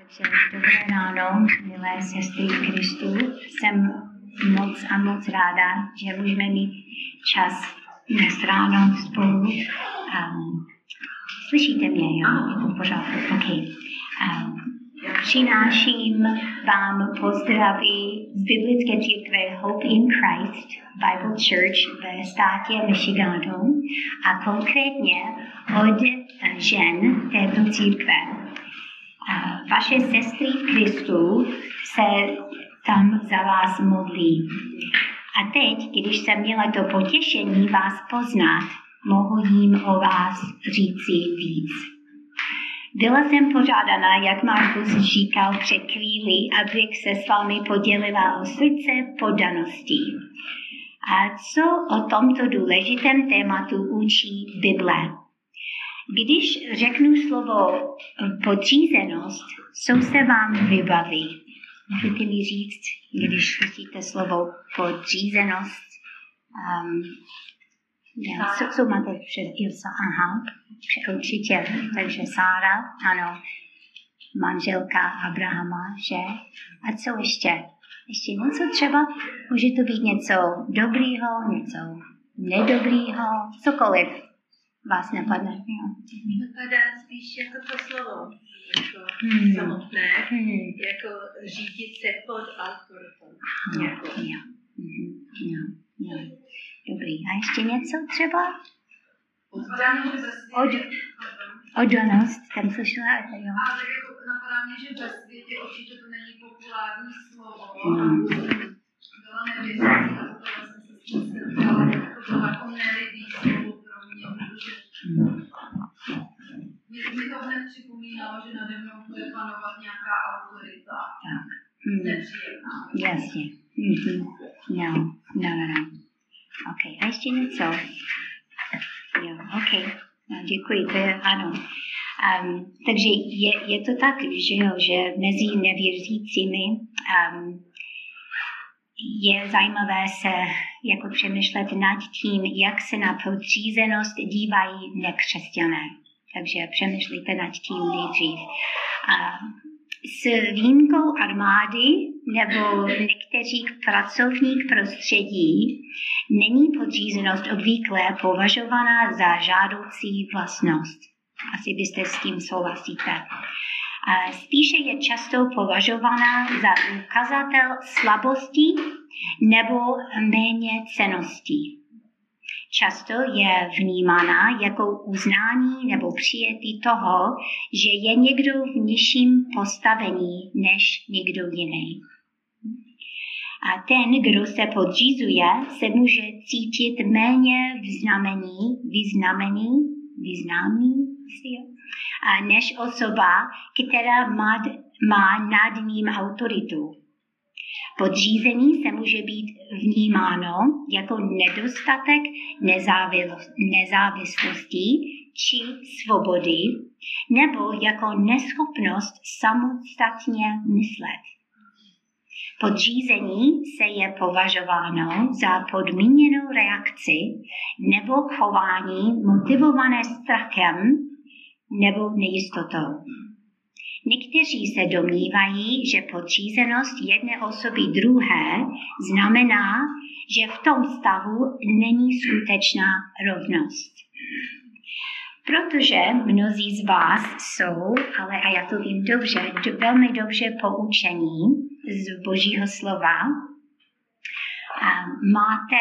Takže dobré ráno, milé sestry v Kristu. Jsem moc ráda, že můžeme mít čas dnes ráno spolu. Slyšíte mě, jo? Je to v pořádku? Okay. Přináším vám pozdraví z biblické církve Hope in Christ Bible Church ve státě Michiganu a konkrétně od žen této církve. Vaše sestry v Kristu se tam za vás modlí. A teď, když jsem měla to potěšení vás poznat, mohu jim o vás říci víc. Byla jsem požádána, jak Markus říkal před chvíli, abych se s vámi podělila o srdce poddanosti. A co o tomto důležitém tématu učí Bible? Když řeknu slovo podřízenost, co se vám vybaví? Můžete mi říct, když slyšíte slovo podřízenost, co máte před Ilsa? Aha, určitě. Takže Sára, ano, manželka Abrahama, že? A co ještě? Ještě něco třeba? Může to být něco dobrýho, něco nedobrýho, cokoliv vás napadne. Napadá spíš jako to slovo, jako samotné, jako řídit se pod autoritou. Dobrý. A ještě něco třeba? Oddanost, tam slyšela, jo. Ale tak jako napadá mě, že ve světě určitě to není populární slovo. Byla nevěřící a to jsem se s tím setkala. To bylo jako nelibý slovo pro mě, protože mi to hned připomínalo, že nade mnou bude panovat nějaká autorita. Tak. Nepříjemná. Jasně. No. OK. A ještě něco? Jo, OK. No, děkuji, to je ano. Takže je to tak, že mezi nevěřícími je zajímavé se jako přemýšlet nad tím, jak se na podřízenost dívají nekřesťané. Takže přemýšlejte nad tím nejdřív. S výjimkou armády nebo některých pracovních prostředí není podřízenost obvykle považovaná za žádoucí vlastnost. Asi byste s tím souhlasíte. Spíše je často považovaná za ukazatel slabosti nebo méně cenností. Často je vnímána jako uznání nebo přijetí toho, že je někdo v nižším postavení než někdo jiný. A ten, kdo se podřízuje, se může cítit méně významný, než osoba, která má nad ním autoritu. Podřízení se může být vnímáno jako nedostatek nezávislosti či svobody nebo jako neschopnost samostatně myslet. Podřízení se je považováno za podmíněnou reakci nebo chování motivované strachem nebo nejistotou. Někteří se domnívají, že podřízenost jedné osoby druhé znamená, že v tom stavu není skutečná rovnost. Protože mnozí z vás jsou, ale a já to vím dobře, velmi dobře poučení z Božího slova, máte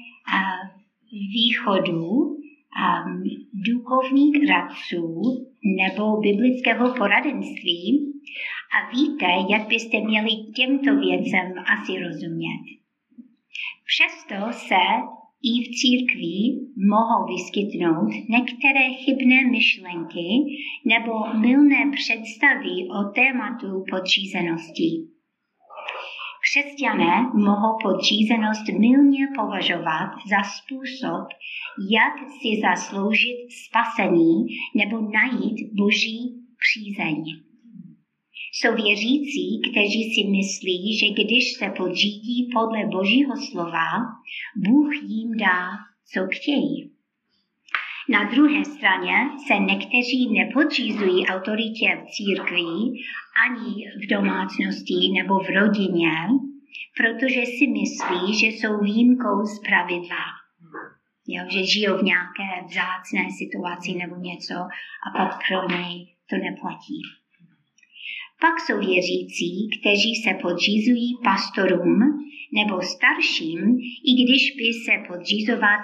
východu duchovních radců nebo biblického poradenství a víte, jak byste měli těmto věcem asi rozumět. Přesto se i v církvi mohou vyskytnout některé chybné myšlenky nebo mylné představy o tématu podřízenosti. Křesťané mohou podřízenost mylně považovat za způsob, jak si zasloužit spasení nebo najít Boží přízeň. Jsou věřící, kteří si myslí, že když se podřídí podle Božího slova, Bůh jim dá, co chtějí. Na druhé straně se někteří nepodřízují autoritě v církvi ani v domácnosti nebo v rodině, protože si myslí, že jsou výjimkou z pravidla. Jo, že žijou v nějaké vzácné situaci nebo něco a pak pro něj to neplatí. Pak jsou věřící, kteří se podřízují pastorům nebo starším, i když by se podřízovat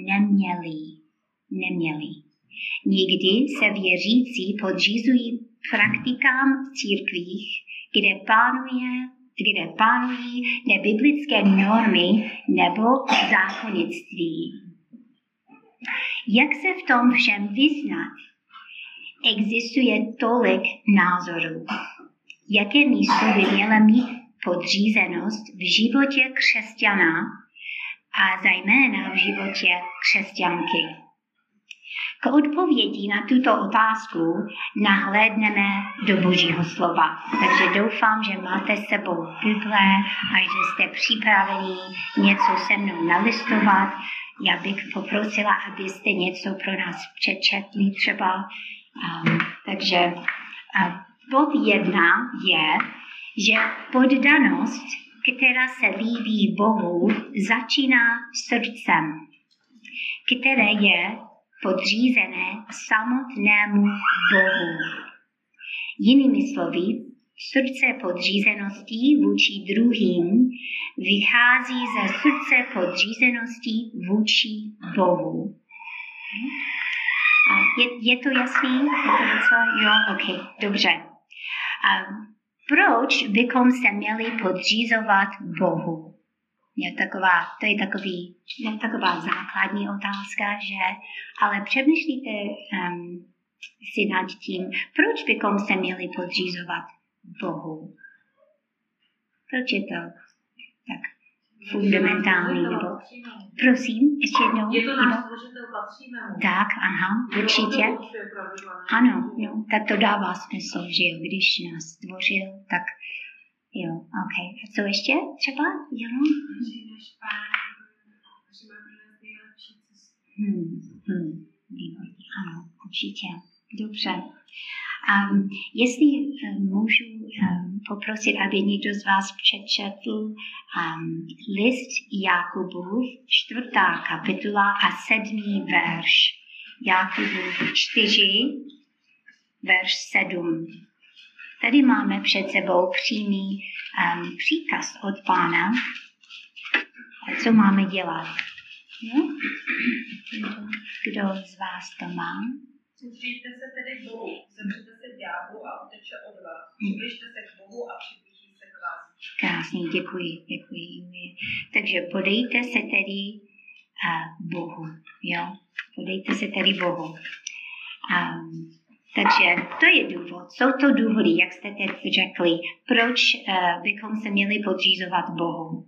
neměli. Někdy se věřící podřízují praktikám v církvích, kde panují nebiblické normy nebo zákonnictví. Jak se v tom všem vyznat? Existuje tolik názorů. Jaké místo by měla mít podřízenost v životě křesťana a zejména v životě křesťanky? K odpovědi na tuto otázku nahlédneme do Božího slova. Takže doufám, že máte s sebou Bible a že jste připraveni něco se mnou nalistovat. Já bych poprosila, abyste něco pro nás přečetli třeba. Takže bod 1 je, že poddanost, která se líbí Bohu, začíná srdcem, které je podřízené samotnému Bohu. Jinými slovy, srdce podřízenosti vůči druhým vychází ze srdce podřízenosti vůči Bohu. Je to jasný? Je to něco? Jo, ok, dobře. Proč bychom se měli podřízovat Bohu? To je taková základní otázka, že? Ale přemýšlíte si nad tím, proč bychom se měli podřízovat Bohu? Proč je to tak fundamentální? Nebo... Prosím, ještě jednou. Je to náš stvořitel, patříme mu. Tak, aha, určitě. Ano, jo, tak to dává smysl, že jo, když nás stvořil, tak jo, ok. A co ještě třeba? Jo? Výborně, ano, určitě. Dobře. Jestli můžu poprosit, aby někdo z vás přečetl list Jakubův, 4. kapitola a 7. verš. Jakubův 4, verš 7. Tady máme před sebou přímý příkaz od Pána. A co máme dělat? Jo? Kdo z vás to má? Přibližte se tedy Bohu, zemřete se ďáblu a uteče od vás. Přibližte se k Bohu a přiblíží se k vás. Krásně, děkuji, Julie. Takže podejte se tedy Bohu, jo? Podejte se tedy Bohu. Takže to je důvod. Jsou to důvody, jak jste teď řekli, proč bychom se měli podřízovat Bohu.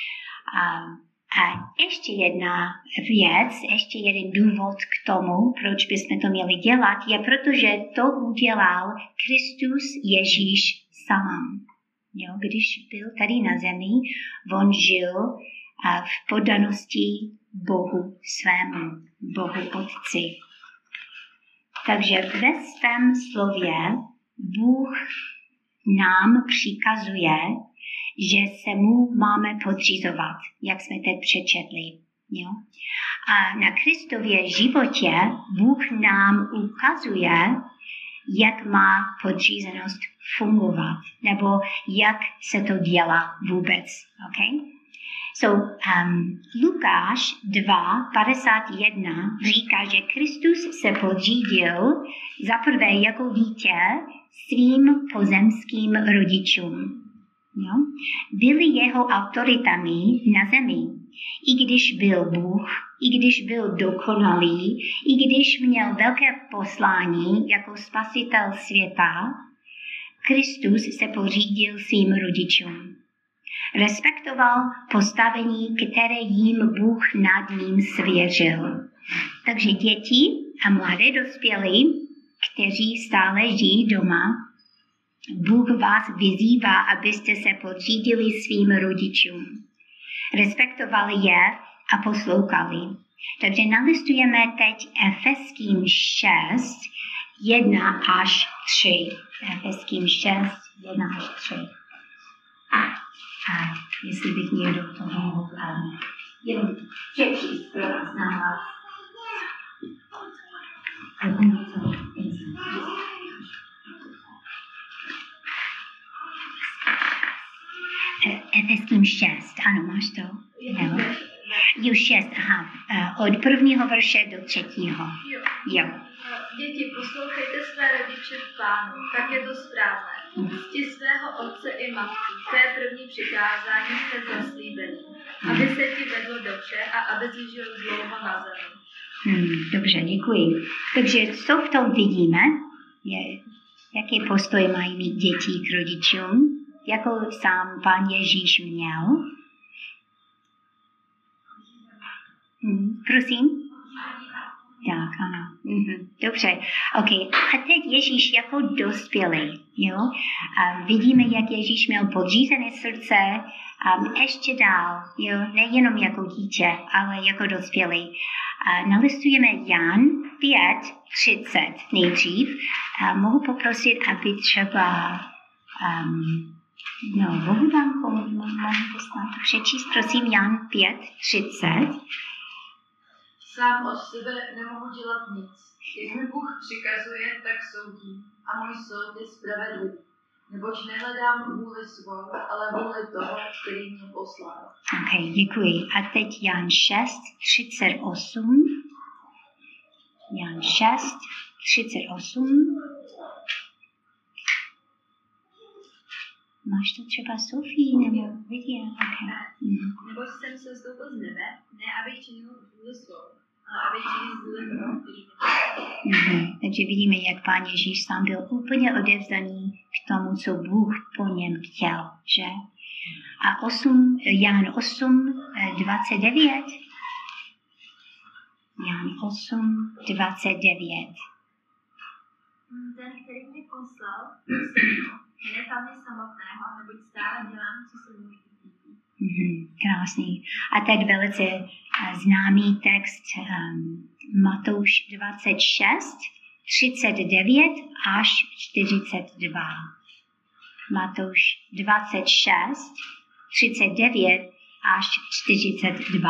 A ještě jedna věc, ještě jeden důvod k tomu, proč bychom to měli dělat, je protože to udělal Kristus Ježíš sám. Jo, když byl tady na zemi, on žil v poddanosti Bohu svému, Bohu Otci. Takže ve svém slově Bůh nám přikazuje, že se mu máme podřízovat, jak jsme teď přečetli. Jo? A na Kristově životě Bůh nám ukazuje, jak má podřízenost fungovat, nebo jak se to dělá vůbec. Okay? Lukáš 2:51 říká, že Kristus se podřídil zaprvé jako dítě svým pozemským rodičům. Jo? Byli jeho autoritami na zemi. I když byl Bůh, i když byl dokonalý, i když měl velké poslání jako spasitel světa, Kristus se podřídil svým rodičům. Respektoval postavení, které jim Bůh nad ním svěřil. Takže děti a mladé dospělí, kteří stále žijí doma, Bůh vás vyzývá, abyste se podřídili svým rodičům. Respektovali je a poslouchali. Takže nalistujeme teď Efeským 6, 1 až 3. Efeským 6, 1 až 3. A jestli bych někdo to mohl jenom přečíst pro vás na hlas. Efeským 6, ano, máš to? No. Jo, 6, aha. Od 1. verše do 3. Jo. Děti, poslouchejte své rodiče v Pánu, tak je to správné. Cti svého otce i matky, to je první přikázání se zaslíbení, aby se ti vedlo dobře a aby si žil dlouho na zemi. Dobře, děkuji. Takže co v tom vidíme? Jaký postoj mají mít děti k rodičům? Jako sám Pán Ježíš měl? Prosím? Tak, ano. Dobře. Okay. A teď Ježíš jako dospělý. Jo? A vidíme, jak Ježíš měl podřízené srdce ještě dál. Jo? Nejenom jako dítě, ale jako dospělý. Nalistujeme Jan 5:30 nejdřív. Mohu poprosit, aby třeba Bohudanko, mohu to snad přečíst, prosím, Jan 5:30. Sám od sebe nemohu dělat nic. Jak mi Bůh přikazuje, tak soudím. A můj soud je spravedlivý. Neboť nehledám vůli svou, ale vůli toho, který mě poslal. Ok, děkuji. A teď Jan 6:38. Jan 6:38. Máš to třeba Sofii nebo Vidia? Okay. Neboť jsem se stoupil z nebe, ne abych činil vůli svou, ale abych činil vůli toho, který mě poslal. Takže vidíme, jak Pán Ježíš sám byl úplně odevzdaný k tomu, co Bůh po něm chtěl, že? A Jan 8:29. Jan 8:29. Ten, který mě poslal, jsem nenechal mě samotného, neboť stále dělám, co se můj líbí. Krásný. A teď velice známý text Matouš 26:39 až 42. Matouš 26:39 až 42.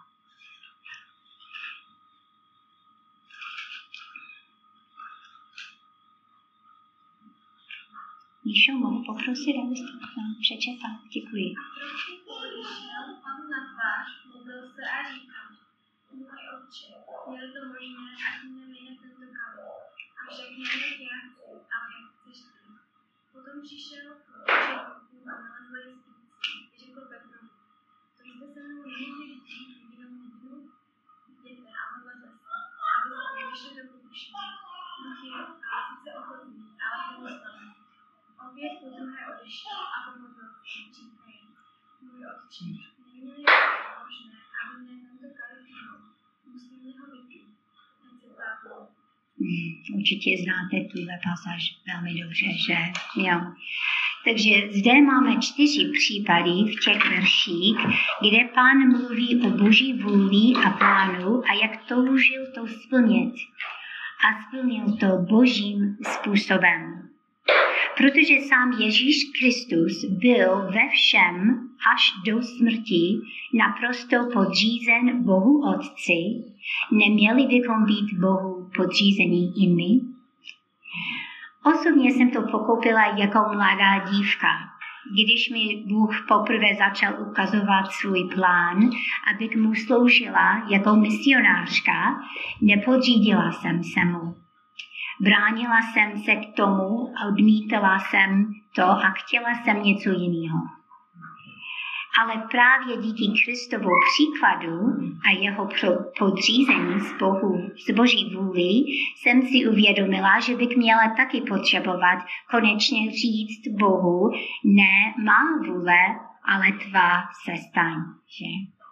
Míšo, mohu poprosit, abyste to přečetla? Děkuji. Padl na tvář, modlil se a říkal, můj otče, je to možné, ať nemine tento kalich. A však ne jak já chci, ale jak chceš ty. Potom přišel učedníkům a nalezl je spící. Řekl Petrovi, to jste se mnou nemohli vytřít jedinou hodinu? Jděte a modlete se, abyste nevyšli do pokušení. Duch je sice ochotný, ale neústavný. Opět podruhé odešel a pomodlil se, říkají, můj otče, není-li možné, aby mě tento kalich měl, musím-li ho vypít, ať se tápil. Určitě znáte tuhle pasáž velmi dobře, že? Jo. Takže zde máme 4 případy v těch verších, kde Pán mluví o Boží vůli a plánu a jak toužil to splnit. A splnil to Božím způsobem. Protože sám Ježíš Kristus byl ve všem až do smrti naprosto podřízen Bohu Otci, neměli bychom být Bohu podřízení i my? Osobně jsem to pochopila jako mladá dívka. Když mi Bůh poprvé začal ukazovat svůj plán, abych mu sloužila jako misionářka, nepodřídila jsem se mu. Bránila jsem se k tomu a odmítala jsem to a chtěla jsem něco jiného. Ale právě díky Kristovu příkladu a jeho podřízení z Boží vůli jsem si uvědomila, že bych měla taky potřebovat konečně říct Bohu, ne má vůle, ale tvá se staň. Že?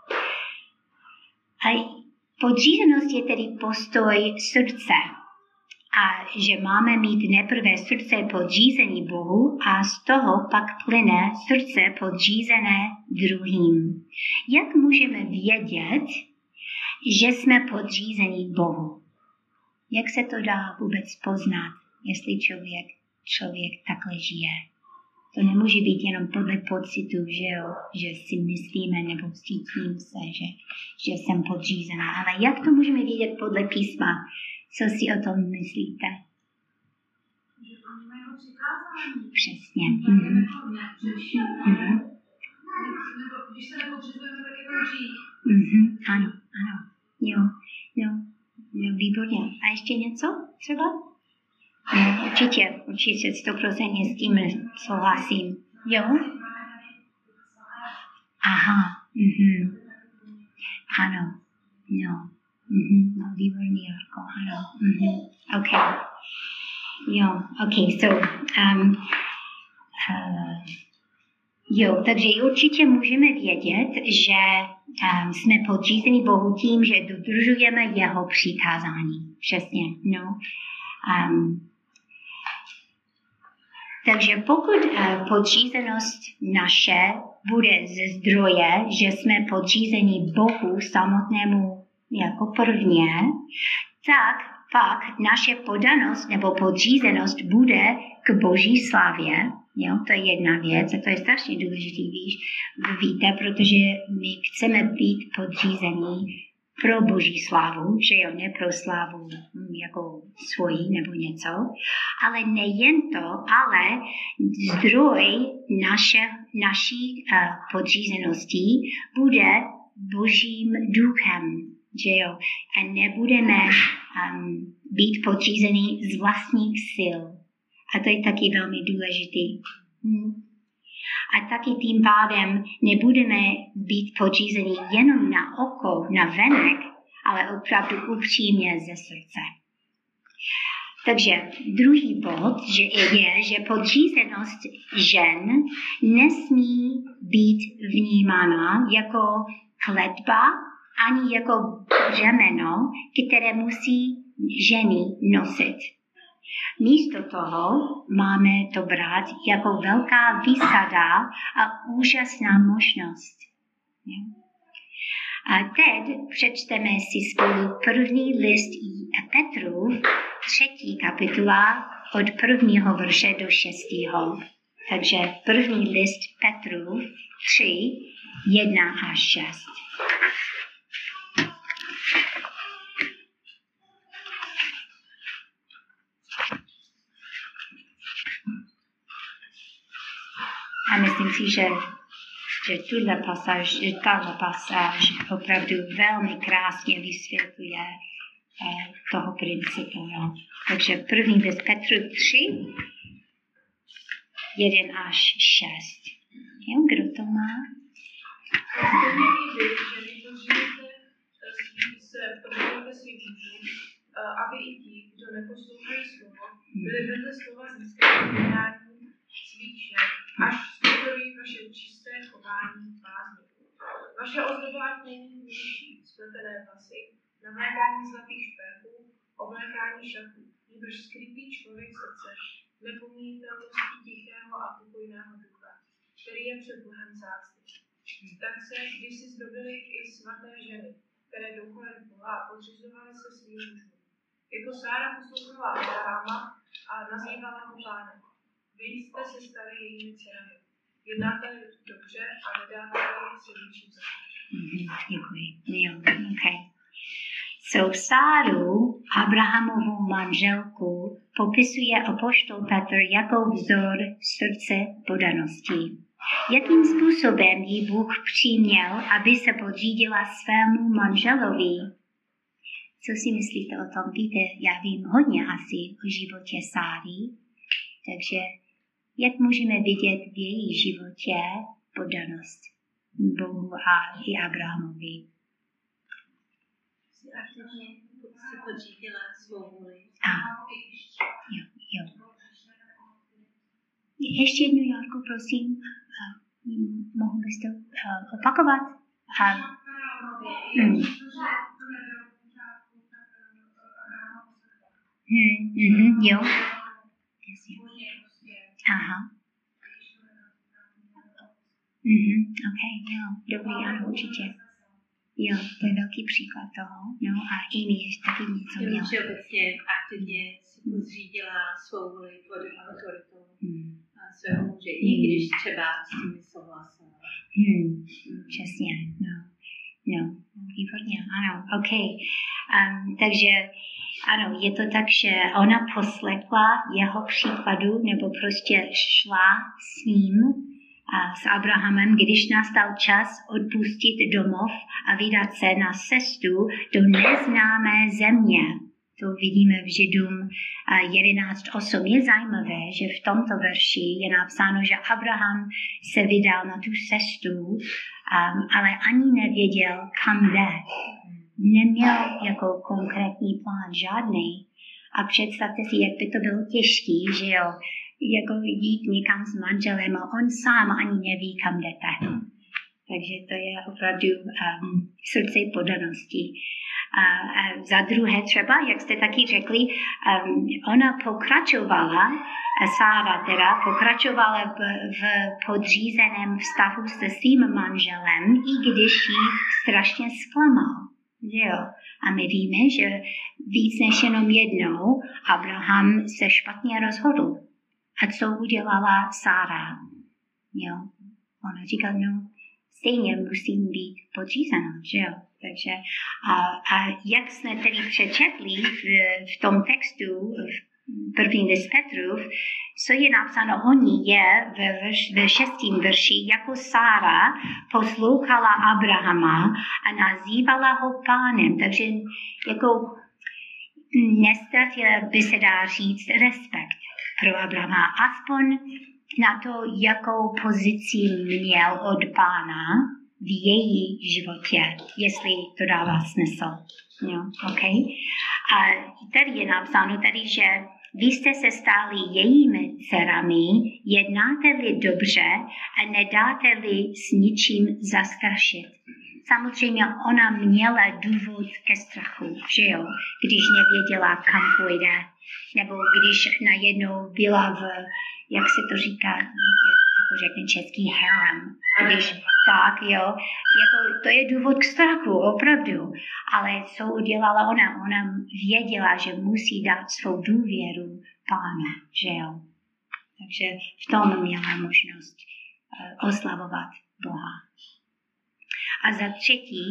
A podřízenost je tedy postoj srdce. A že máme mít nejprve srdce podřízené Bohu a z toho pak plyne srdce podřízené druhým. Jak můžeme vědět, že jsme podřízení Bohu. Jak se to dá vůbec poznat, jestli člověk takhle žije? To nemůže být jenom podle pocitu, že si myslíme nebo cítím se, že jsem podřízená. Ale jak to můžeme vidět podle písma? Co si o tom myslíte? Že oni mají ho přikázání. Přesně. Nebo když se nepodřizujeme, tak je to hřích. Ano. Jo, výborně. A ještě něco třeba? No, určitě 100% s tím souhlasím. Jo? Aha. Ano. No, výborný, Jarko. Ano. Okay. Jo, okay, so takže určitě můžeme vědět, že jsme podřízení Bohu tím, že dodržujeme jeho přikázání. Přesně, no. Takže pokud podřízenost naše bude ze zdroje, že jsme podřízení Bohu samotnému jako prvně, tak pak naše podanost nebo podřízenost bude k Boží slávě. Jo, to je jedna věc a to je strašně důležitý, víte, protože my chceme být podřízení pro Boží slávu, že jo, ne pro slávu jako svoji nebo něco, ale nejen to, ale zdroj naší podřízenosti bude Božím duchem, že jo, a nebudeme být podřízení z vlastních sil. A to je taky velmi důležitý. A taky tím pádem nebudeme být podřízení jenom na oko, na venek, ale opravdu upřímně ze srdce. Takže druhý bod je, že podřízenost žen nesmí být vnímána jako kletba ani jako břemeno, které musí ženy nosit. Místo toho máme to brát jako velká výsada a úžasná možnost. A teď přečteme si spolu první list Petrův, 3. kapitola od 1. verše do 6. Takže první list Petrův 3, 1 až 6. A myslím si, že tato pasáž opravdu velmi krásně vysvětluje toho principu. No. Takže první list Petru 3, 1 až 6. Jo, kdo to má? Stejně i vy, že vytvoříte se podříváte svým mužům, aby i ti, kdo neposlouchají slovo, byli vedle slova získali vydání svých žen, až spozorují vaše čisté chování v bázni. Vaše ozdobování není vnější, spletené vlasy, navlékání zlatých šperků, oblékání šatů, nýbrž skrytý člověk srdce, nepomínitelností tichého a pokojného ducha, který je před Bohem vzácný. Tak se kdysi zdobily i svaté ženy, které doufaly v Boha a podřizovaly se svým mužům. Jako Sára poslouchala Abrahama a nazývala ho pánem. Vy jste se stali jejími dcerami. Jednáte dobře a nedáte se ničím za. Děkuji. Jo, okay. So Sáru, Abrahamovu manželku, popisuje apoštol Petr jako vzor srdce podanosti. Jakým způsobem ji Bůh přiměl, aby se podřídila svému manželovi? Co si myslíte o tom? Víte, já vím hodně asi o životě Sáry, takže jak můžeme vidět v její životě podanost Bohu a i Abrahamovi? Aktivně se podřídila svou vůli. Jo. Ještě jednou, Jarko, prosím, mohu bys to opakovat? Jo. Aha. Ok, jo, dobrý, ano, určitě. Jo, to je velký příklad toho. No a Amy ještě taky něco měla. Všeobecně aktivně si zřídila svou vůli pod autoritou svého muže, i když třeba s tím nesouhlasila. Přesně, no, výborně, ano, OK. Takže ano, je to tak, že ona poslechla jeho příkladu, nebo prostě šla s ním, s Abrahamem, když nastal čas odpustit domov a vydat se na cestu do neznámé země. To vidíme v Židům 11.8. Je zajímavé, že v tomto verši je napsáno, že Abraham se vydal na tu cestu, ale ani nevěděl, kam jde. Neměl jako konkrétní plán, žádný. A představte si, jak by to bylo těžký, že jo, jako jít někam s manželem a on sám ani neví, kam jdete. Takže to je opravdu srdce podanosti. Za druhé třeba, jak jste taky řekli, ona pokračovala, Sára teda pokračovala v podřízeném vztahu se svým manželem, i když jich strašně zklamal. Jo. A my víme, že víc než jenom jednou Abraham se špatně rozhodl. A co udělala Sára? Jo. Ona říkala, no, stejně musím být podřízena, že jo. Takže, a jak jsme tedy přečetli v tom textu, v první list Petrův, co je napsáno o ní je ve 6. verši, jako Sára poslouchala Abrahama a nazývala ho pánem. Takže jako nestratila by se dá říct respekt pro Abrahama. Aspoň na to, jakou pozici měl od pána v její životě, jestli to dává smysl. Jo, okay? A tady je napsáno, že vy jste se stali jejími dcerami, jednáte-li dobře a nedáte-li s ničím zastrašit. Samozřejmě ona měla důvod ke strachu, že jo, když nevěděla, kam půjde, nebo když najednou byla jak se to říká, jak to řekne český harem, když tak, jo, jako to je důvod k strachu, opravdu, ale co udělala ona? Ona věděla, že musí dát svou důvěru pánu, že jo. Takže v tom měla možnost oslavovat Boha. A za třetí,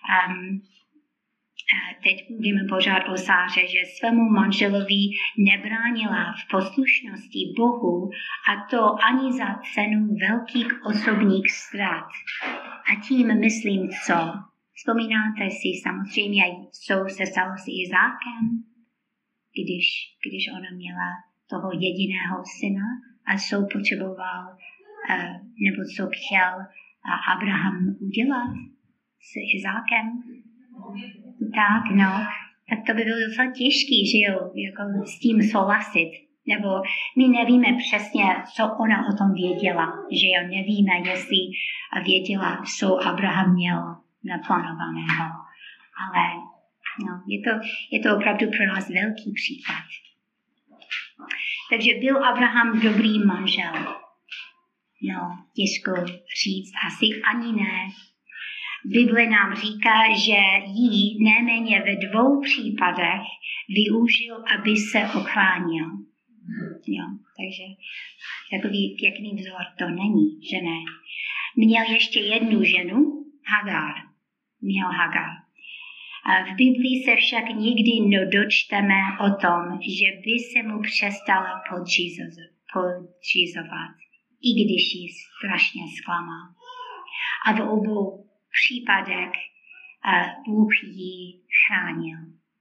teď víme pořád o Sáře, že svému manželovi nebránila v poslušnosti Bohu a to ani za cenu velkých osobních ztrát. A tím myslím co? Vzpomínáte si samozřejmě, co se stalo s Izákem, když ona měla toho jediného syna a co potřeboval, nebo co chtěl Abraham udělat s Izákem. Tak, no, tak to by bylo docela těžký, že jo, jako s tím souhlasit. Nebo my nevíme přesně, co ona o tom věděla, že jo, nevíme, jestli věděla, co Abraham měl naplánovaného. Ale no, je to opravdu pro nás velký příklad. Takže byl Abraham dobrý manžel. No, těžko říct, asi ani ne. Bible nám říká, že jí nejméně ve 2 případech využil, aby se ochránil. Jo, takže takový pěkný vzor to není, že ne. Měl ještě jednu ženu, Hagar. Měl Hagar. A v Biblii se však nikdy nedočteme o tom, že by se mu přestala podřizovat, i když ji strašně zklamal. A v obou případech Bůh ji chránil.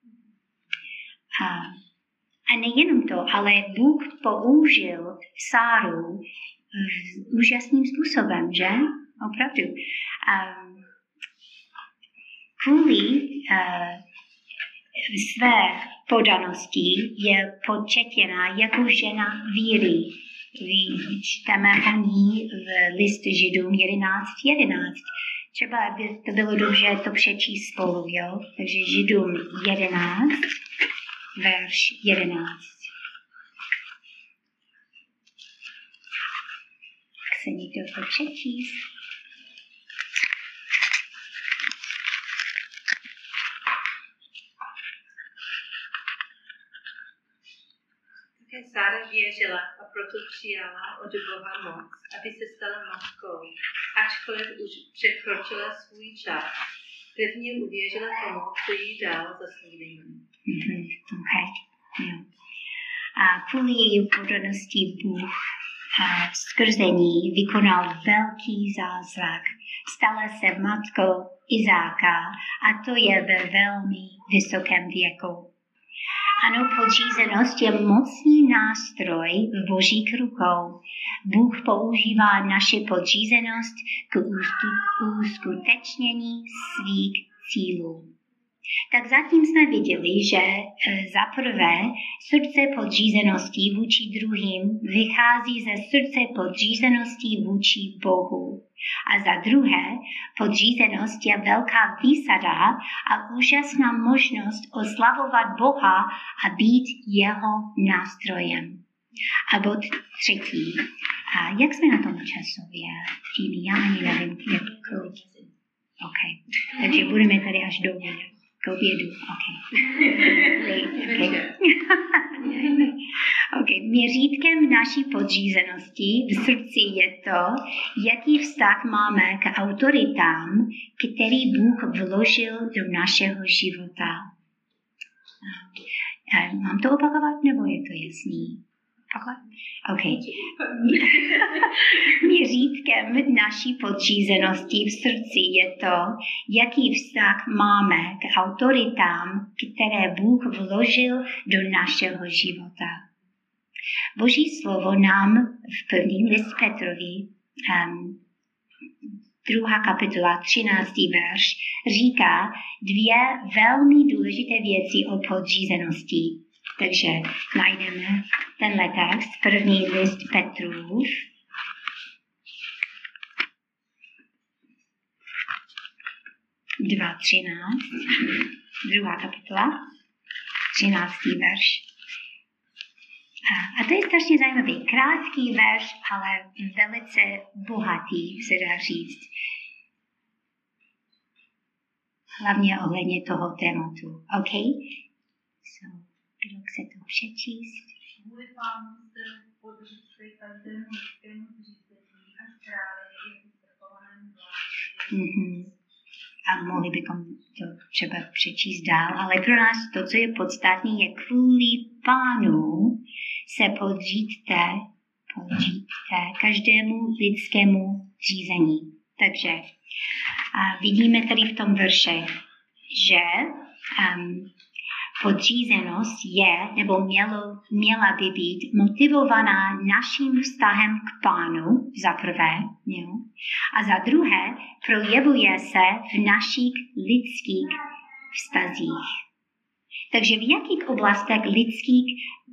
A nejenom to, ale Bůh použil Sáru úžasným způsobem, že? Opravdu. Kvůli své podanosti je početěna jako žena víry. Čteme o ní v listu Židům 11.11. Třeba by to bylo dobře to přečíst spolu, jo? Takže Židům 11, verš 11. Chce někdo to přečíst? uvěřila a proto přijala od Boha moc, aby se stala matkou, ačkoliv už překročila svůj čas. Pevně uvěřila tomu, co jí dal zaslíbení. Okay. Yeah. A kvůli její podanosti Bůh skrze ní vykonal velký zázrak. Stala se matkou Izáka a to je ve velmi vysokém věku. Ano, podřízenost je mocný nástroj v božích rukou. Bůh používá naši podřízenost k uskutečnění svých cílů. Tak zatím jsme viděli, že za prvé srdce podřízenosti vůči druhým vychází ze srdce podřízenosti vůči Bohu. A za druhé, podřízenost je velká výsada a úžasná možnost oslavovat Boha a být jeho nástrojem. A bod 3. A jak jsme na tom časově? Já ani nevím, jak kolik. Okay. Takže budeme tady až do obědu. K obědu, okay. Měřítkem naší podřízenosti v srdci je to, jaký vztah máme k autoritám, který Bůh vložil do našeho života. Mám to opakovat, nebo je to jasný? Okay. Měřítkem naší podřízenosti v srdci je to, jaký vztah máme k autoritám, které Bůh vložil do našeho života. Boží slovo nám v první list Petrovi, 2. kapitola, 13. verš, říká 2 velmi důležité věci o podřízenosti. Takže najdeme tenhle text, první list Petrův. Dva 13, 2. kapitola, 13. verš. A to je strašně zajímavý. Krátký verš, ale velice bohatý, se dá říct. Hlavně ohledně toho tématu. OK? Kdo chce to přečíst? Kvůli Pánu se podříďte každému lidskému zřízení a králi jako svrchovanému vládci. A mohli bychom to třeba přečíst dál, ale pro nás to, co je podstatné, je kvůli Pánu se podříďte každému lidskému řízení. Takže vidíme tady v tom verši, že podřízenost je, nebo měla by být motivovaná naším vztahem k Pánu, za prvé, jo? A za druhé projevuje se v našich lidských vztazích. Takže v jakých oblastech lidských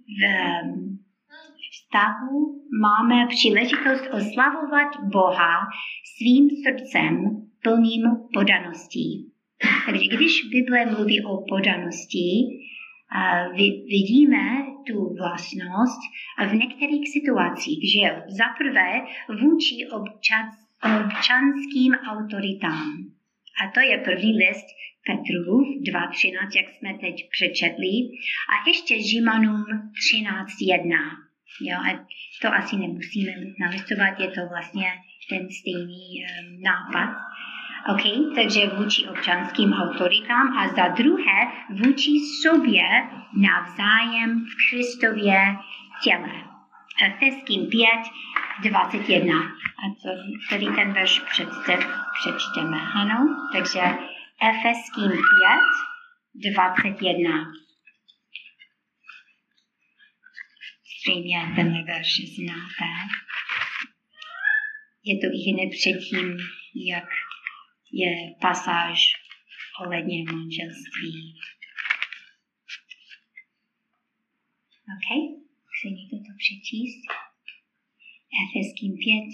vztahů máme příležitost oslavovat Boha svým srdcem plným podaností. Takže když Bible mluví o podanosti, vidíme tu vlastnost v některých situacích, že za prvé vůči občanským autoritám. A to je první list Petrův 2.13, jak jsme teď přečetli, a ještě Římanům 13.1. Jo, a to asi nemusíme nalistovat, je to vlastně ten stejný nápad. Okay, takže vůči občanským autoritám a za druhé vůči sobě navzájem v Kristově těle. Efeským 5:21. A tady ten verš přečteme. Ano? Takže Efeským 5:21. Stejně tenhle verš znáte. Je to i hned předtím, jak je pasáž ohledně manželství. OK? Chce někdo to přečíst? Efeským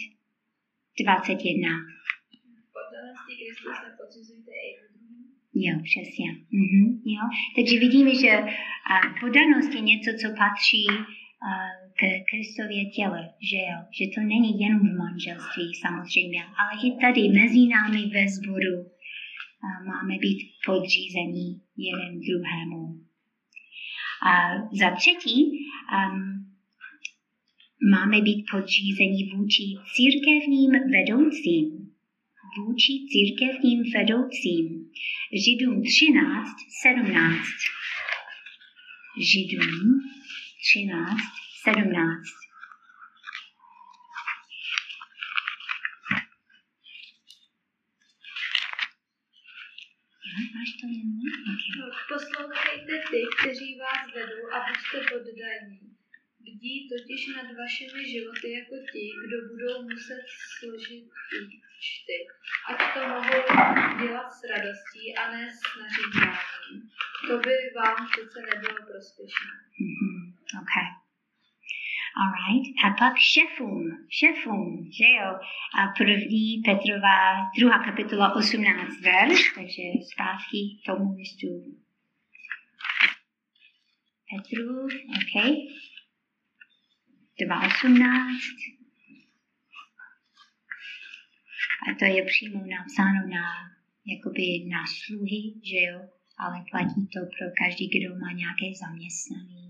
5:21. Podanosti Kristusa podřizujte i druhým. Jo, přesně. Jo. Takže vidíme, že podanost je něco, co patří k Kristově těle, že to není jen v manželství samozřejmě, ale i tady mezi námi ve sboru máme být podřízení jeden druhému. A za třetí, máme být podřízení vůči církevním vedoucím. Vůči církevním vedoucím. Židům 13:17. Židům 13:17. Máš to jen? Okay. Poslouchejte ty, kteří vás vedou a buďte poddaní. Bdí totiž nad vašimi životy jako ti, kdo budou muset složit účty. Ať to mohou dělat s radostí a ne s naříkáním. To by vám přece nebylo prospěšné. Okay. Alright. A pak šefům, že jo? A 1. Petrova 2. kapitola 18 verš, takže zpátky k tomu listu. Petru, okay. 2:18. A to je přímo napsáno na sluhy, že jo? Ale platí to pro každý, kdo má nějaké zaměstnání.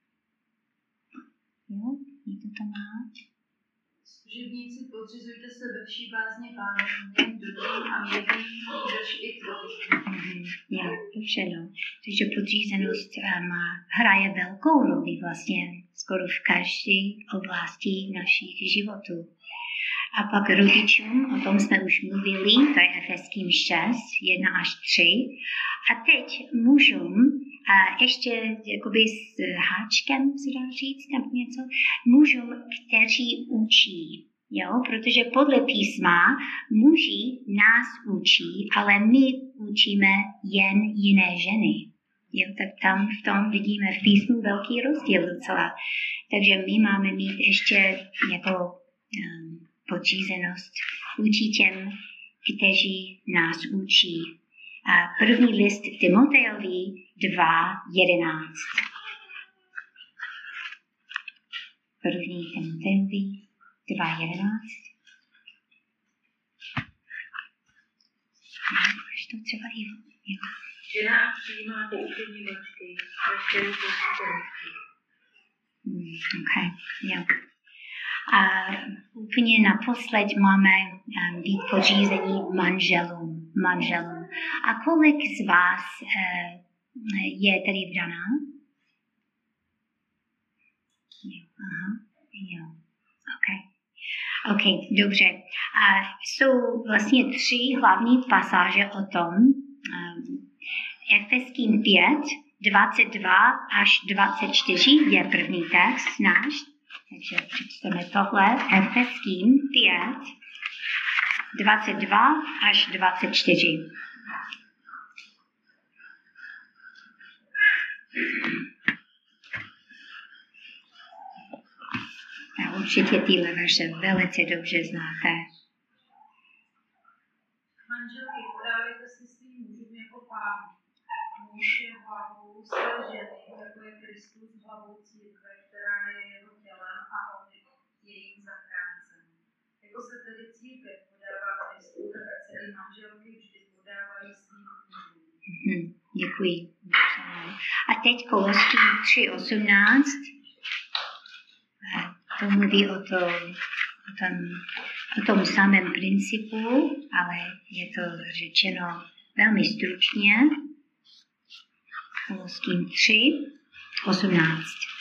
Jo? Někdo to má? Služebníci, podřizujte se ve vší bázně Pánu, nejen dobrým a mírným, nýbrž i tvrdým. Jo, dobře, no. Takže podřízenost hraje velkou roli vlastně skoro v každé oblasti našich životů. A pak rodičům, o tom jsme už mluvili, to je Efeským 6:1-3. A teď mužům, a ještě jakoby s háčkem, se dá říct, nebo něco, mužům, kteří učí. Jo? Protože podle písma muži nás učí, ale my učíme jen jiné ženy. Jo? Tak tam v tom vidíme v písmu velký rozdíl docela. Takže my máme mít ještě jako podřízenost vůči těm, kteří nás učí. A první list Timotejovi 2:11. První Timotejovi 2:11. Máš to třeba i jo. Žena přijímá poučení matky, veškerou poslušenství. Okay, jo. A úplně naposled máme být podřízení manželům. A kolik z vás je tady vdaná? Jo. Okay, dobře. A jsou vlastně 3 hlavní pasáže o tom. Efeským 5:22-24 je první text náš. Takže přečteme tohle. Efeským 5:22-24. A určitě tyhle verše velice dobře znáte. Manželky, podávejte se svým mužům jako Pánu. Muž je hlavou své ženy, jako je Kristus hlavou církve, která je jeho tělem a on je jejím zachráncem. Jako se tedy církev podává Kristu, tak ať se i manželky vždy podávají svým mužům. Děkuji. A teď Koloským 3:18. To mluví o tom samém principu, ale je to řečeno velmi stručně. Koloským 3:18.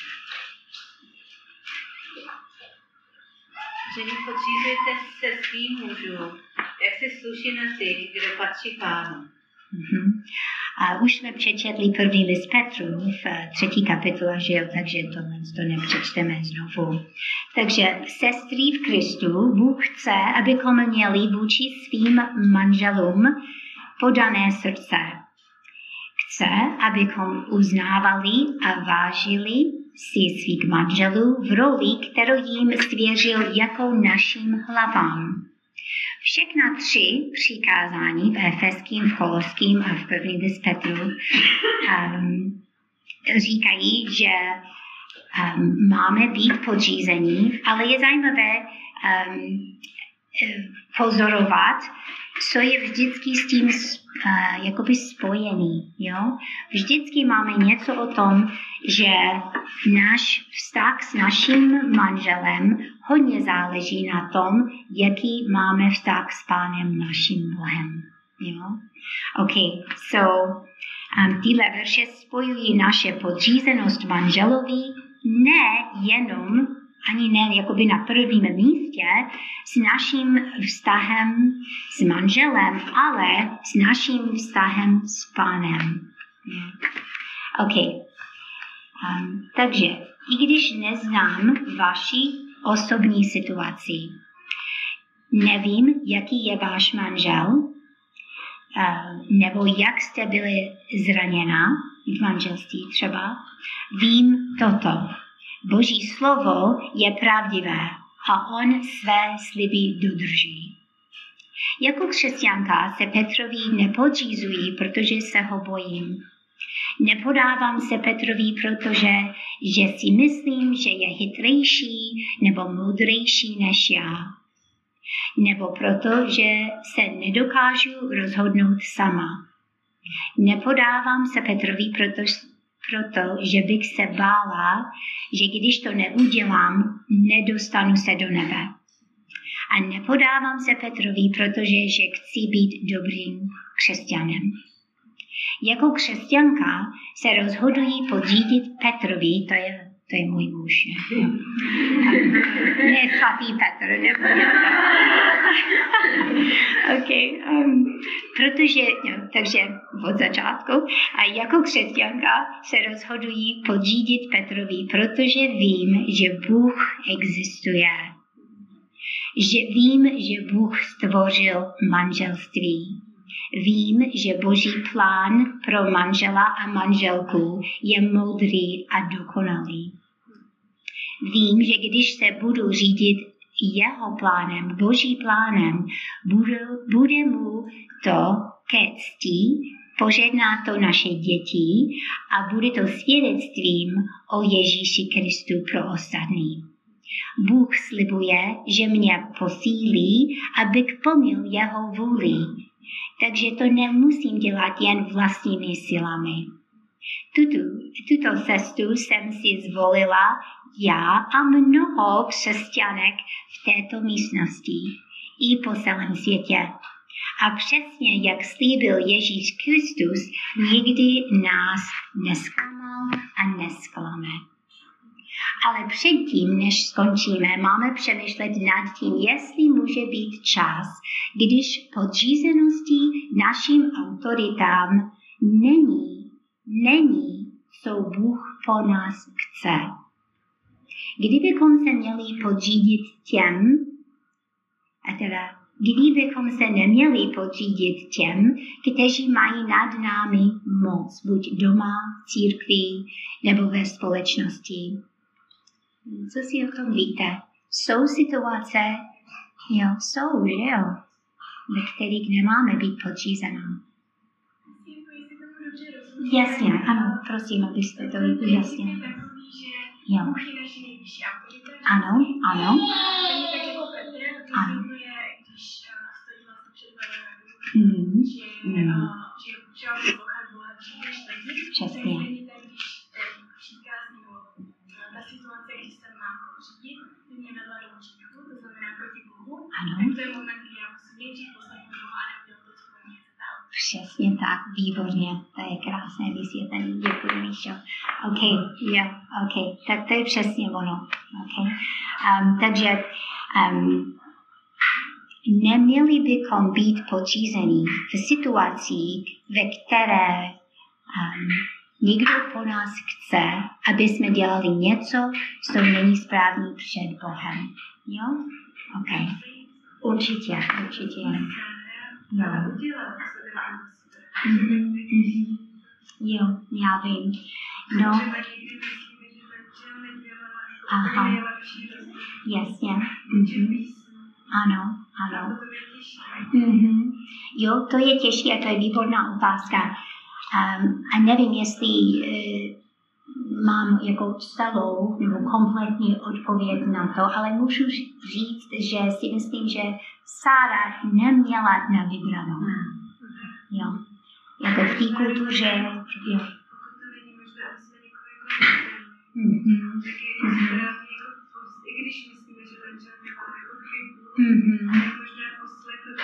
Ženy, podřízujte se svým mužům, jak se sluší na ty, kdo patří Pánu. A už jsme přečetli první list Petru v 3. kapitole, že jo, takže to nepřečteme znovu. Takže sestry v Kristu, Bůh chce, abychom měli vůči svým manželům podané srdce. Chce, abychom uznávali a vážili si svých manželů v roli, kterou jim svěřil jako našim hlavám. Všechna 3 přikázání v Efeským, v Koloským a v první list Petru říkají, že máme být podřízení, ale je zajímavé pozorovat, co je vždycky s tím jakoby spojený, jo. Vždycky máme něco o tom, že náš vztah s naším manželem hodně záleží na tom, jaký máme vztah s Pánem naším Bohem, jo. Okay, so tyhle verše spojují naše podřízenost manželovi nejenom ani ne jakoby na prvním místě s naším vztahem s manželem, ale s naším vztahem s Pánem. Okay. Takže, i když neznám vaši osobní situaci, nevím, jaký je váš manžel, nebo jak jste byli zraněna v manželství třeba, vím toto. Boží slovo je pravdivé a on své sliby dodrží. Jako křesťanka se Petrovi nepodřízuji, protože se ho bojím. Nepodávám se Petrovi, protože že si myslím, že je chytrejší nebo moudrejší než já. Nebo proto, že se nedokážu rozhodnout sama. Nepodávám se Petrovi, proto, že bych se bála, že když to neudělám, nedostanu se do nebe. A nepodávám se Petrovi, protože že chci být dobrým křesťanem. Jako křesťanka se rozhoduji podřídit Petrovi, to je můj muž. Ne svatý Petr, nebo něco. Okay, protože, takže od začátku, a jako křesťanka se rozhoduji podřídit Petrovi, protože vím, že Bůh existuje. Že vím, že Bůh stvořil manželství. Vím, že Boží plán pro manžela a manželku je moudrý a dokonalý. Vím, že když se budu řídit jeho plánem, Boží plánem, bude mu to ke cti, požehná to naše děti a bude to svědectvím o Ježíši Kristu pro ostatní. Bůh slibuje, že mě posílí, abych plnil jeho vůli. Takže to nemusím dělat jen vlastními silami. Tuto cestu jsem si zvolila já a mnoho křesťanek v této místnosti i po celém světě. A přesně jak slíbil Ježíš Kristus, nikdy nás nezklamal a nesklame. Ale předtím, než skončíme, máme přemýšlet nad tím, jestli může být čas, když podřízeností našim autoritám není, co Bůh po nás chce. Kdybychom se měli podřídit kdybychom se neměli podřídit těm, kteří mají nad námi moc, buď doma, v církvi nebo ve společnosti. Co si o tom víte? Jsou situace, ve kterých nemáme být podřízená. Jasně, ano, prosím, abyste to ujasnili. Jo. Ano. Ano. Přesně. Ta situace, když se mám podřídit, by mě vedla do hříchu, to znamená proti Bohu. Ano. Tak to je moment, kdy já musím nejdřív poslechnout Boha a neudělat to, co mě chce dát. Přesně tak, výborně, to je krásné vysvětlení, děkuji, Míšo. OK, tak to je přesně ono. Okay. Takže neměli bychom být podřízení v situacích, ve které někdo po nás chce, aby jsme dělali něco, co není správný před Bohem. Jo? OK. Určitě. Jo. Jo, já vím. No. Aha. Jasně. Ano. Jo, to je těžké a to je výborná otázka. A nevím, jestli mám jako celou nebo kompletní odpověď na to, ale můžu říct, že si myslím, že Sára neměla na vybranou. Jo. jako v té kultuře, jo. I když myslíme, že ten člověk má jako chybu, tak možná poslechnout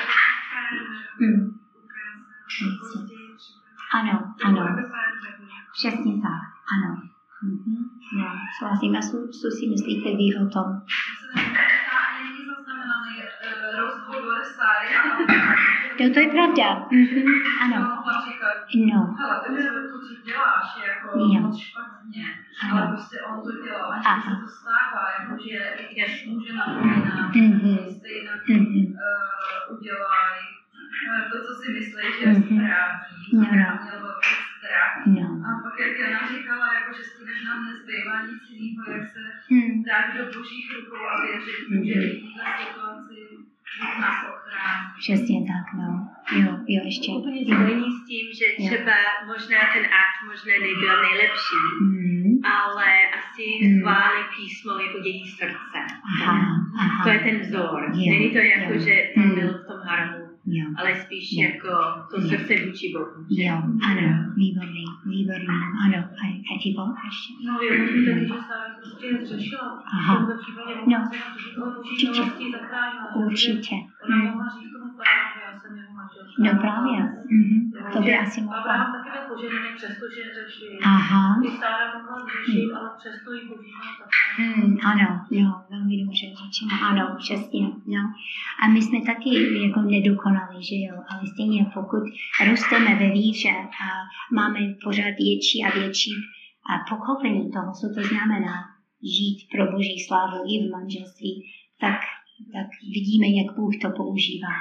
Ano. Přesně tak, ano. No, souhlasím. A co si myslíte vy o tom? Není zaznamenaný rozhovor Sáry a to je pravda. Ano. No. Hele, to, co děláš, je jako moc špatně, ale prostě on to dělal, a když se to stává, jakože může napomínat, stejně udělají to, co si myslí, že je správný, měl velký strach. A pak jak Jana říkala, jako, že stejně nám nezbývá nic jiného, jak se dát do božích rukou a věřit, že v této situaci nás ochrání. Přesně tak, no. Jo, ještě. Úplně spojení s tím, že třeba možná ten akt možná nebyl nejlepší, ale asi chválí písmo jako její srdce. To je ten vzor. Není to jako, že tam byl v tom haramu, ale spíš jako to srdce vůči Bohu. Jo, ano, výborný, ano. A ty Boh ještě? No, já myslím taky, že se prostě zřešila. V tomto případě mohla se na boží milostí zachránila. Určitě. Ona mohla říct tomu Faraonovi, já jsem jeho manžel. No právě. To by asi mohla. Abraham taky byl poženený, přestože řešil. I Sára mohla řešit, ale přesto jí boží milost zachránila. Ano, no, velmi dobře řečeno. Ano, přesně. No. A my jsme taky jako nedokonali, že jo, ale stejně pokud rosteme ve víře a máme pořád větší a větší pochopení toho, co to znamená žít pro boží slávu i v manželství, tak vidíme, jak Bůh to používá.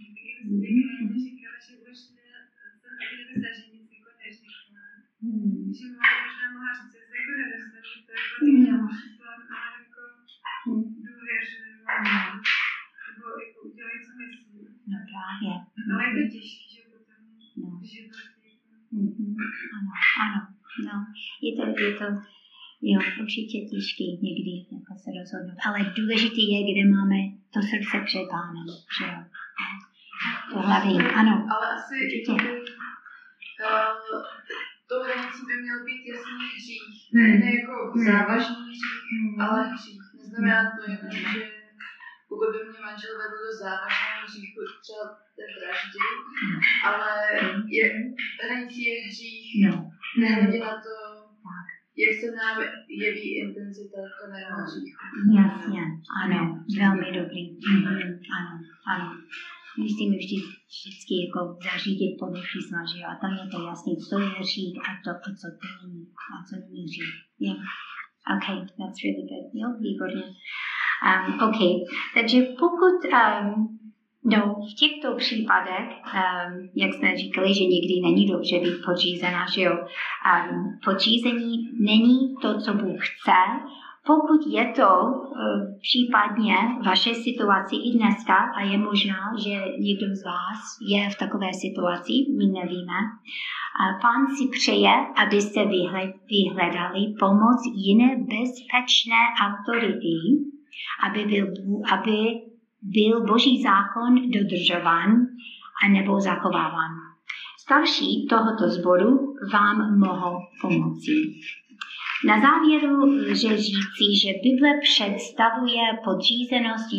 Že možná mohla říct, že se jako nedostačí, to jako důvěřuju, nebo jako udělají, co myslí. No právě. Ale je to těžké, že potom v životě. Ano, no. Je to, jo, určitě těžké někdy jako se rozhodnout, ale důležité je, kde máme to srdce před Pánem, že jo. To hlavní, ano. Ale asi tou hranicí by měl být jasný hřích. Ne jako závažný hřích, ale hřích. Neznamená to jenom, že pokud by mě manžel vedl do závažného hříchu, třeba té vraždy, ale hranicí je hřích. Nehledě na to, jak se nám jeví intenzita toho hříchu. Jasně, ano, velmi dobrý. Ano. Musíme vždycky jako zařídit podle písma, že jo, a tam je to jasný, co je hřích a co není hřích. Yeah. Okay, that's really good. Jo, výborně. Okay, takže pokud v těchto případech, jak jsme říkali, že někdy není dobře být podřízená, že jo, podřízení není to, co Bůh chce. Pokud je to případně vaše situaci i dneska, a je možná, že někdo z vás je v takové situaci, my nevíme, Pán si přeje, abyste vyhledali pomoc jiné bezpečné autority, aby byl Boží zákon dodržován a nebo zachováván. Starší tohoto sboru vám mohou pomoci. Na závěru lze říci, že Bible představuje podřízenost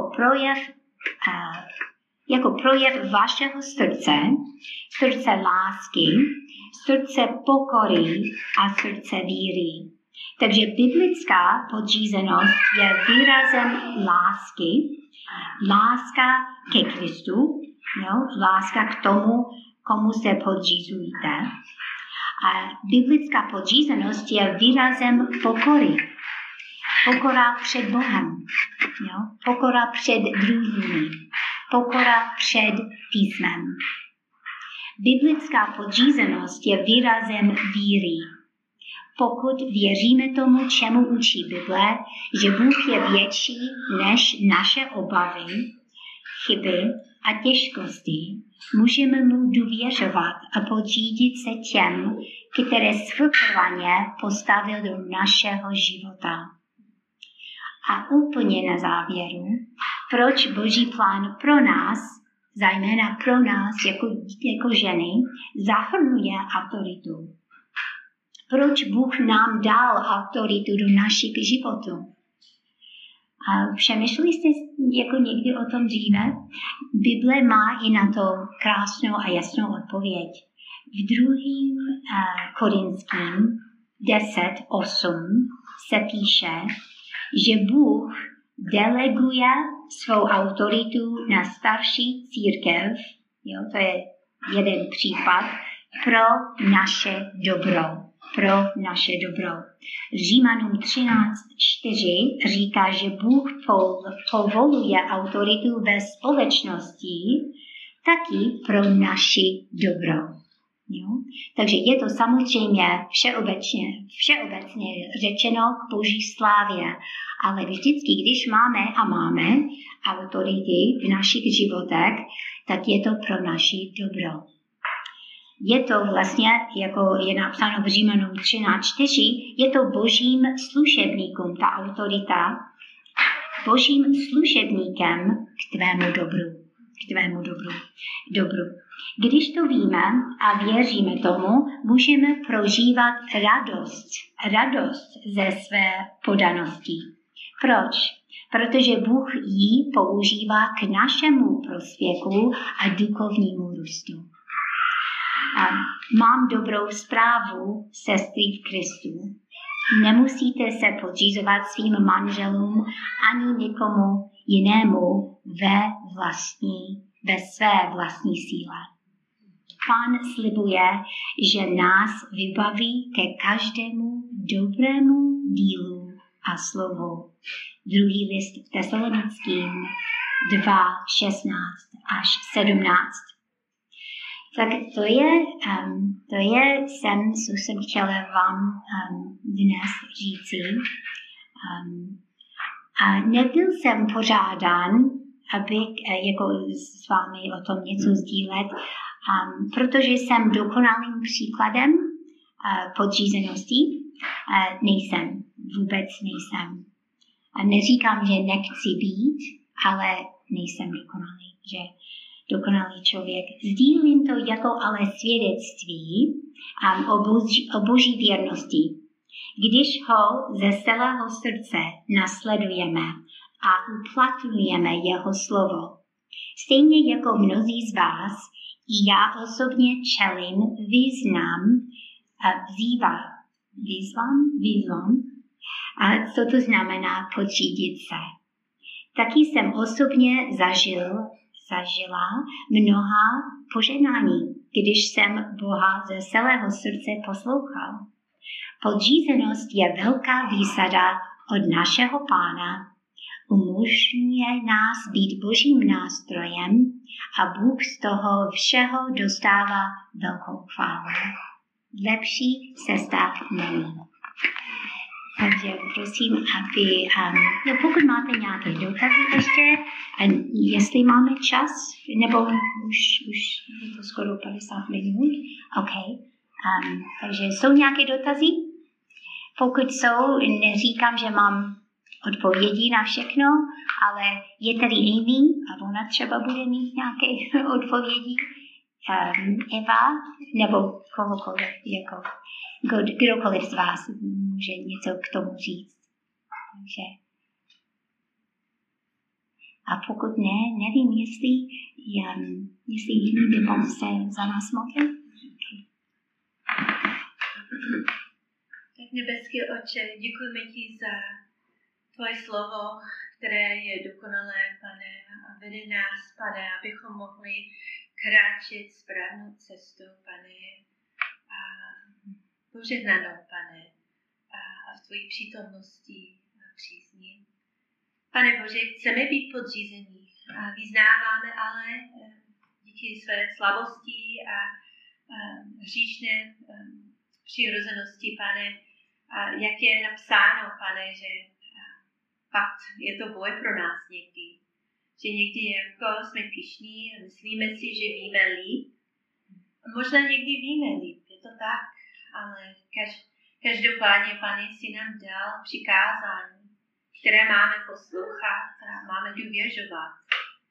jako projev vašeho srdce lásky, srdce pokory a srdce víry. Takže biblická podřízenost je výrazem lásky, láska ke Kristu, láska k tomu, komu se podřízujete. A biblická podřízenost je výrazem pokory. Pokora před Bohem, pokora před druhými, pokora před písmem. Biblická podřízenost je výrazem víry. Pokud věříme tomu, čemu učí Bible, že Bůh je větší než naše obavy, chyby a těžkosti, můžeme mu důvěřovat a podřídit se těm, které svrchovaně postavil do našeho života. A úplně na závěru, proč Boží plán pro nás zejména pro nás jako ženy, zahrnuje autoritu. Proč Bůh nám dal autoritu do našich životů? A přemýšleli jste jako někdy o tom dříve? Bible má i na to krásnou a jasnou odpověď. V 2. Korinským 10:8 se píše, že Bůh deleguje svou autoritu na starší církev, jo, to je jeden případ, pro naše dobro. Římanům 13:4 říká, že Bůh povoluje autoritu ve společnosti taky pro naši dobro. Jo? Takže je to samozřejmě všeobecně řečeno k Boží slávě, ale vždycky, když máme autority v našich životech, tak je to pro naši dobro. Je to vlastně, jako je napsáno v Římanům 13:4, je to božím služebníkům, ta autorita, božím služebníkem k tvému dobru. Když to víme a věříme tomu, můžeme prožívat radost ze své podanosti. Proč? Protože Bůh ji používá k našemu prospěchu a duchovnímu růstu. Mám dobrou zprávu, sestry v Kristu. Nemusíte se podřízovat svým manželům ani nikomu jinému ve své vlastní síle. Pán slibuje, že nás vybaví ke každému dobrému dílu a slovu. 2. list Tesalonickým 2:16-17. Tak to je co jsem chtěla vám dnes říci. A nebyl jsem požádán, abych jako s vámi o tom něco sdílet, protože jsem dokonalým příkladem podřízenosti. Vůbec nejsem. A neříkám, že nechci být, ale nejsem dokonalý, že dokonalý člověk. Sdílím to jako ale svědectví o boží věrnosti. Když ho ze celého srdce nasledujeme a uplatňujeme jeho slovo. Stejně jako mnozí z vás, i já osobně čelím výzvám. A co to znamená podřídit se? Taky jsem osobně zažila mnoha požehnání, když jsem Boha ze celého srdce poslouchal. Podřízenost je velká výsada od našeho Pána. Umožňuje nás být božím nástrojem a Bůh z toho všeho dostává velkou chválu. Lepší se stát není. Takže prosím, aby, pokud máte nějaké dotazy ještě, jestli máme čas, nebo už je to skoro 50 minut, OK. Takže jsou nějaké dotazy? Pokud jsou, neříkám, že mám odpovědi na všechno, ale je tady Amy a ona třeba bude mít nějaké odpovědi. Eva, nebo kohokoliv, jako kdokoliv z vás může něco k tomu říct. Takže. A pokud ne, nevím, jestli jiný by mohl se za nás modlit. Tak nebeský Otče, děkujeme ti za tvoje slovo, které je dokonalé, Pane, a vede nás, Pane, abychom mohli kráčet správnou cestou, Pane, a požehnanou, Pane, a v tvojí přítomnosti a přízni. Pane Bože, chceme být podřízení a vyznáváme ale díky své slabosti a hříšné přirozenosti, Pane, a jak je napsáno, Pane, že fakt je to boj pro nás někdy. Že někdy jako jsme pyšní a myslíme si, že víme líp. Možná někdy víme líp, je to tak, ale každopádně, Pane, si nám dal přikázání, které máme poslouchat a máme důvěřovat.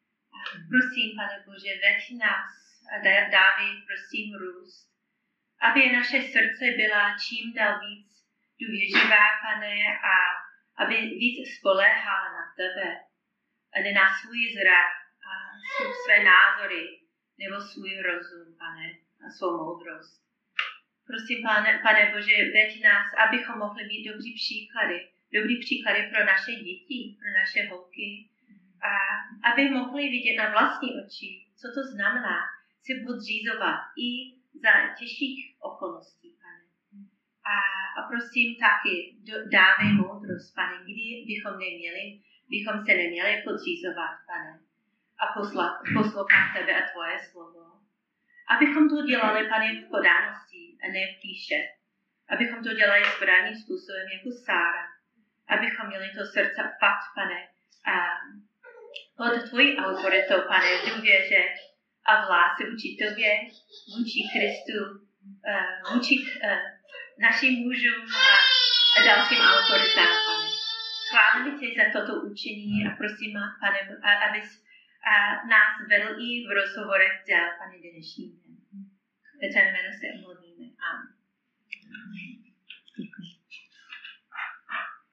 Prosím, Pane Bože, veď nás a dávej, prosím, růst. Aby naše srdce byla čím dál víc důvěřivá, Pane, a aby víc spoléhala na tebe a ne na svůj zrak a své názory nebo svůj rozum, Pane, a svou moudrost. Prosím, Pane Bože, veď nás, abychom mohli být dobrý příklady pro naše děti, pro naše holky, a aby mohli vidět na vlastní oči, co to znamená si podřízovat i za těžkých okolností, Pane. A prosím taky, dávej moudrost, Pane, kdy bychom se neměli podřízovat, Pane, a poslouchat tebe a tvoje slovo. Abychom to dělali, Pane, v podánosti a ne v píše. Abychom to dělali správným způsobem jako Sára. Abychom měli to srdce fakt, Pane, pod tvojí autoritou, Pane, v důvěře a v lásce vůči tobě, vůči Kristu, vůči našim mužům a dalším autoritám, Pane. Chválíme tě za toto učení a prosím, Pane, abys nás vedl i v rozhovorech dál, Pane, dnešní den. Ve tvém jménu se modlíme. Amen.